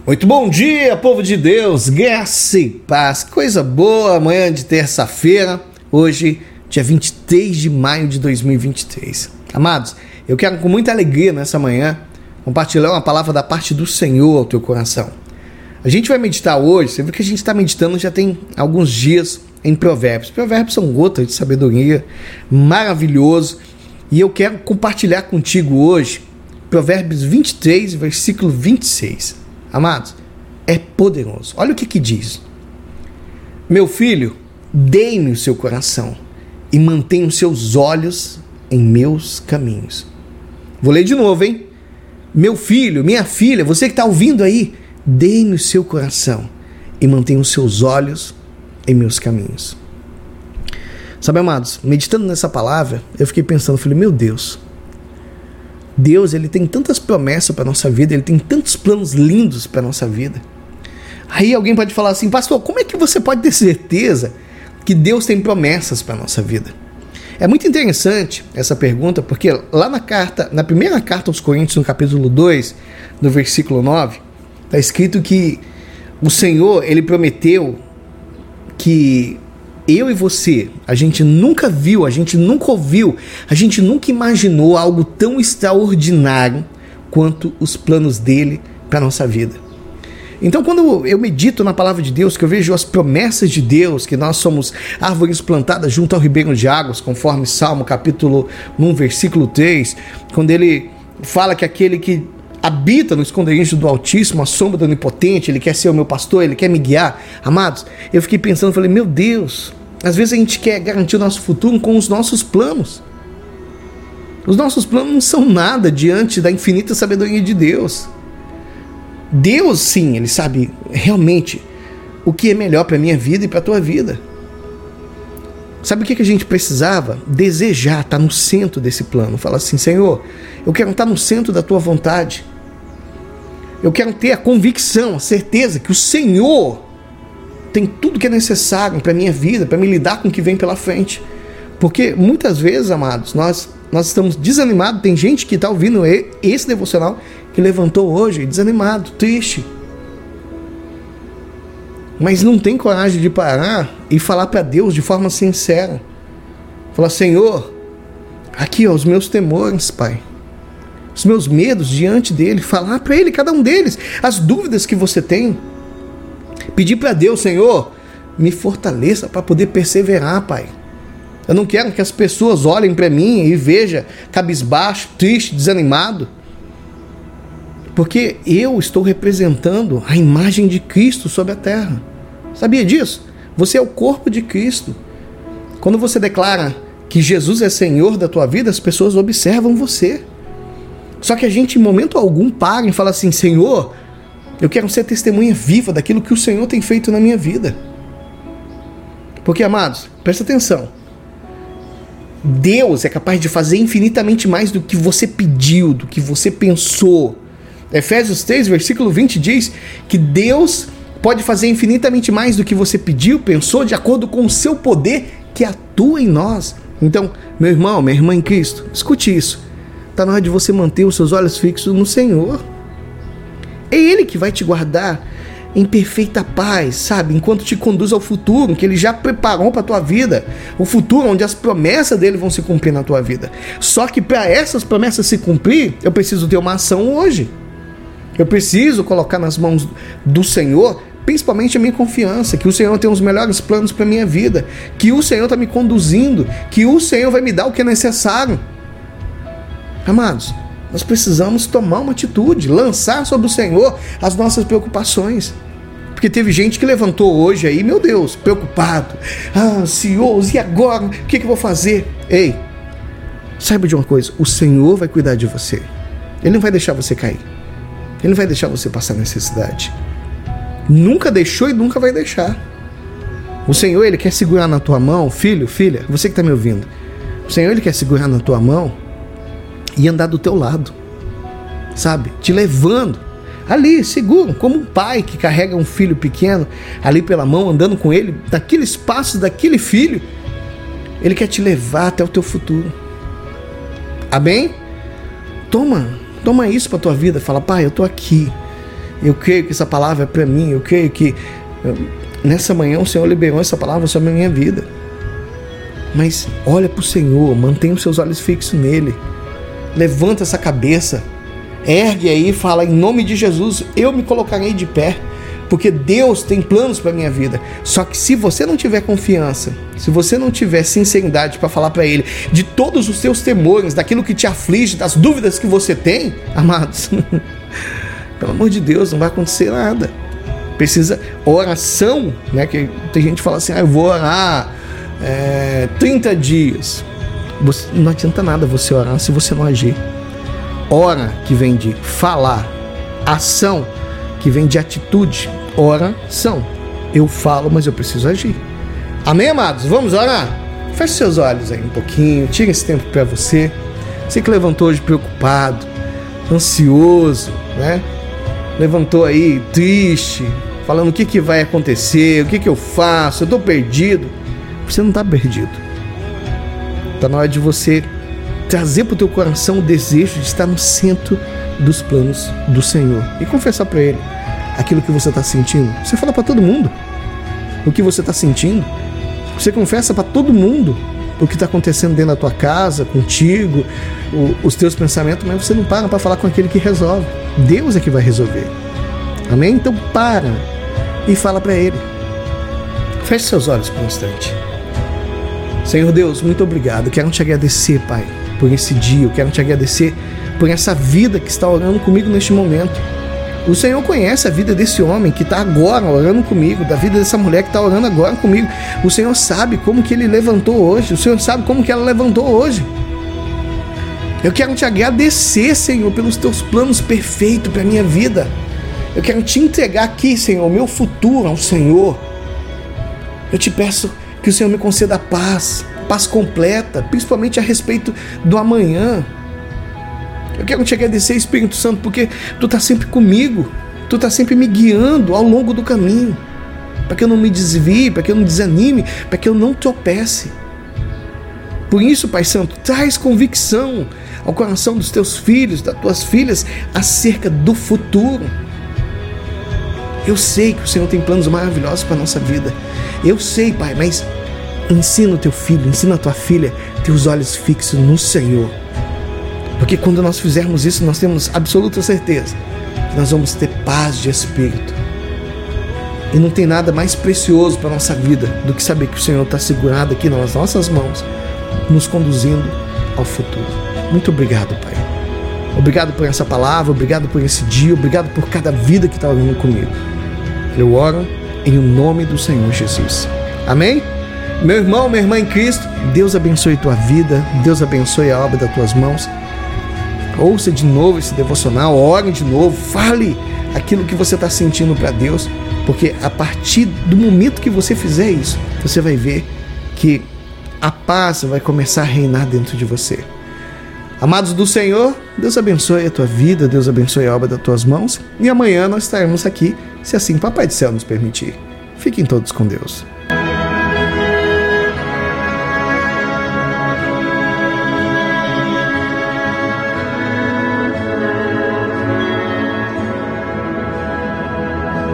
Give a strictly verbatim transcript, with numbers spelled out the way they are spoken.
Muito bom dia, povo de Deus, graça e paz, coisa boa, amanhã de terça-feira, hoje, dia vinte e três de maio de dois mil e vinte e três. Amados, eu quero com muita alegria nessa manhã compartilhar uma palavra da parte do Senhor ao teu coração. A gente vai meditar hoje, você viu que a gente está meditando já tem alguns dias em Provérbios. Provérbios são gotas de sabedoria, maravilhoso, e eu quero compartilhar contigo hoje Provérbios vinte e três, versículo vinte e seis. Amados, é poderoso. Olha o que que diz. Meu filho, dê-me o seu coração e mantenha os seus olhos em meus caminhos. Vou ler de novo, hein? Meu filho, minha filha, você que está ouvindo aí, dê-me o seu coração e mantenha os seus olhos em meus caminhos. Sabe, amados, meditando nessa palavra, eu fiquei pensando, falei, meu Deus, Deus, ele tem tantas promessas para nossa vida, ele tem tantos planos lindos para nossa vida. Aí alguém pode falar assim, pastor, como é que você pode ter certeza que Deus tem promessas para nossa vida? É muito interessante essa pergunta, porque lá na carta, na primeira carta aos Coríntios, no capítulo dois, no versículo nove, está escrito que o Senhor, ele prometeu que eu e você, a gente nunca viu, a gente nunca ouviu, a gente nunca imaginou algo tão extraordinário quanto os planos dele para a nossa vida. Então, quando eu medito na palavra de Deus, que eu vejo as promessas de Deus, que nós somos árvores plantadas junto ao ribeiro de águas, conforme Salmo capítulo um, versículo três, quando ele fala que aquele que habita no esconderijo do Altíssimo, a sombra do Onipotente, ele quer ser o meu pastor, ele quer me guiar. Amados, eu fiquei pensando, falei, meu Deus, às vezes a gente quer garantir o nosso futuro com os nossos planos. Os nossos planos não são nada diante da infinita sabedoria de Deus. Deus, sim, ele sabe realmente o que é melhor para a minha vida e para a tua vida. Sabe o que a gente precisava? Desejar estar no centro desse plano. Fala assim, Senhor, eu quero estar no centro da tua vontade. Eu quero ter a convicção, a certeza que o Senhor tem tudo que é necessário para a minha vida, para me lidar com o que vem pela frente. Porque muitas vezes, amados, nós, nós estamos desanimados. Tem gente que está ouvindo esse devocional que levantou hoje desanimado, triste. Mas não tem coragem de parar e falar para Deus de forma sincera. Falar, Senhor, aqui ó, os meus temores, Pai. Os meus medos diante dele. Falar para ele, cada um deles, as dúvidas que você tem. Pedir para Deus, Senhor, me fortaleça para poder perseverar, Pai. Eu não quero que as pessoas olhem para mim e vejam cabisbaixo, triste, desanimado. Porque eu estou representando a imagem de Cristo sobre a terra. Sabia disso? Você é o corpo de Cristo. Quando você declara que Jesus é Senhor da tua vida, as pessoas observam você. Só que a gente em momento algum para e fala assim, Senhor, eu quero ser testemunha viva daquilo que o Senhor tem feito na minha vida. Porque, amados, presta atenção. Deus é capaz de fazer infinitamente mais do que você pediu, do que você pensou. Efésios três, versículo vinte diz que Deus pode fazer infinitamente mais do que você pediu, pensou, de acordo com o seu poder que atua em nós. Então, meu irmão, minha irmã em Cristo, escute isso. Está na hora de você manter os seus olhos fixos no Senhor. É Ele que vai te guardar em perfeita paz, sabe? Enquanto te conduz ao futuro, que Ele já preparou para a tua vida. O futuro onde as promessas dEle vão se cumprir na tua vida. Só que para essas promessas se cumprir, eu preciso ter uma ação hoje. Eu preciso colocar nas mãos do Senhor, principalmente a minha confiança, que o Senhor tem os melhores planos para a minha vida, que o Senhor está me conduzindo, que o Senhor vai me dar o que é necessário. Amados, nós precisamos tomar uma atitude, lançar sobre o Senhor as nossas preocupações. Porque teve gente que levantou hoje aí, meu Deus, preocupado, ansioso, e agora? O que, que eu vou fazer? Ei, saiba de uma coisa, o Senhor vai cuidar de você. Ele não vai deixar você cair. Ele não vai deixar você passar necessidade. Nunca deixou e nunca vai deixar. O Senhor, Ele quer segurar na tua mão, filho, filha, você que está me ouvindo. O Senhor, Ele quer segurar na tua mão e andar do teu lado, sabe? Te levando ali, seguro, como um pai que carrega um filho pequeno ali pela mão, andando com ele, daqueles passos daquele filho. Ele quer te levar até o teu futuro. Amém? Toma, toma isso para tua vida. Fala, pai, eu tô aqui. Eu creio que essa palavra é para mim. Eu creio que nessa manhã o Senhor liberou essa palavra sobre a minha vida. Mas olha para o Senhor, mantenha os seus olhos fixos nele. Levanta essa cabeça, ergue aí e fala: em nome de Jesus, eu me colocarei de pé, porque Deus tem planos para a minha vida. Só que se você não tiver confiança, se você não tiver sinceridade para falar para Ele de todos os seus temores, daquilo que te aflige, das dúvidas que você tem, amados, pelo amor de Deus, não vai acontecer nada. Precisa oração, né? Que tem gente que fala assim: ah, eu vou orar é, trinta dias. Você, não adianta nada você orar se você não agir. Ora que vem de falar, ação que vem de atitude, oração. Eu falo, mas eu preciso agir. Amém, amados? Vamos orar? Feche seus olhos aí um pouquinho, tira esse tempo para você. Você que levantou hoje preocupado, ansioso, né? Levantou aí triste, falando o que, que vai acontecer, o que, que eu faço, eu estou perdido. Você não está perdido. Está na hora de você trazer para o teu coração o desejo de estar no centro dos planos do Senhor e confessar para Ele aquilo que você está sentindo. Você fala para todo mundo o que você está sentindo. Você confessa para todo mundo o que está acontecendo dentro da tua casa, contigo, o, os teus pensamentos, mas você não para para falar com aquele que resolve. Deus é que vai resolver. Amém? Então para e fala para Ele. Feche seus olhos por um instante. Senhor Deus, muito obrigado. Quero te agradecer, Pai, por esse dia. Eu quero te agradecer por essa vida que está orando comigo neste momento. O Senhor conhece a vida desse homem que está agora orando comigo, da vida dessa mulher que está orando agora comigo. O Senhor sabe como que ele levantou hoje. O Senhor sabe como que ela levantou hoje. Eu quero te agradecer, Senhor, pelos teus planos perfeitos para a minha vida. Eu quero te entregar aqui, Senhor, o meu futuro ao Senhor. Eu te peço que o Senhor me conceda paz, paz completa, principalmente a respeito do amanhã. Eu quero te agradecer, Espírito Santo, porque Tu está sempre comigo, Tu está sempre me guiando ao longo do caminho, para que eu não me desvie, para que eu não desanime, para que eu não tropece. Por isso, Pai Santo, traz convicção ao coração dos Teus filhos, das Tuas filhas, acerca do futuro. Eu sei que o Senhor tem planos maravilhosos para a nossa vida. Eu sei, Pai, mas ensina o Teu filho, ensina a Tua filha, ter os olhos fixos no Senhor. Porque quando nós fizermos isso, nós temos absoluta certeza que nós vamos ter paz de espírito. E não tem nada mais precioso para a nossa vida do que saber que o Senhor está segurado aqui nas nossas mãos, nos conduzindo ao futuro. Muito obrigado, Pai. Obrigado por essa palavra, obrigado por esse dia, obrigado por cada vida que está orando comigo. Eu oro em nome do Senhor Jesus. Amém? Meu irmão, minha irmã em Cristo, Deus abençoe tua vida, Deus abençoe a obra das tuas mãos. Ouça de novo esse devocional, ore de novo, fale aquilo que você está sentindo para Deus, porque a partir do momento que você fizer isso, você vai ver que a paz vai começar a reinar dentro de você. Amados do Senhor, Deus abençoe a tua vida, Deus abençoe a obra das tuas mãos, e amanhã nós estaremos aqui, se assim Papai do Céu nos permitir. Fiquem todos com Deus.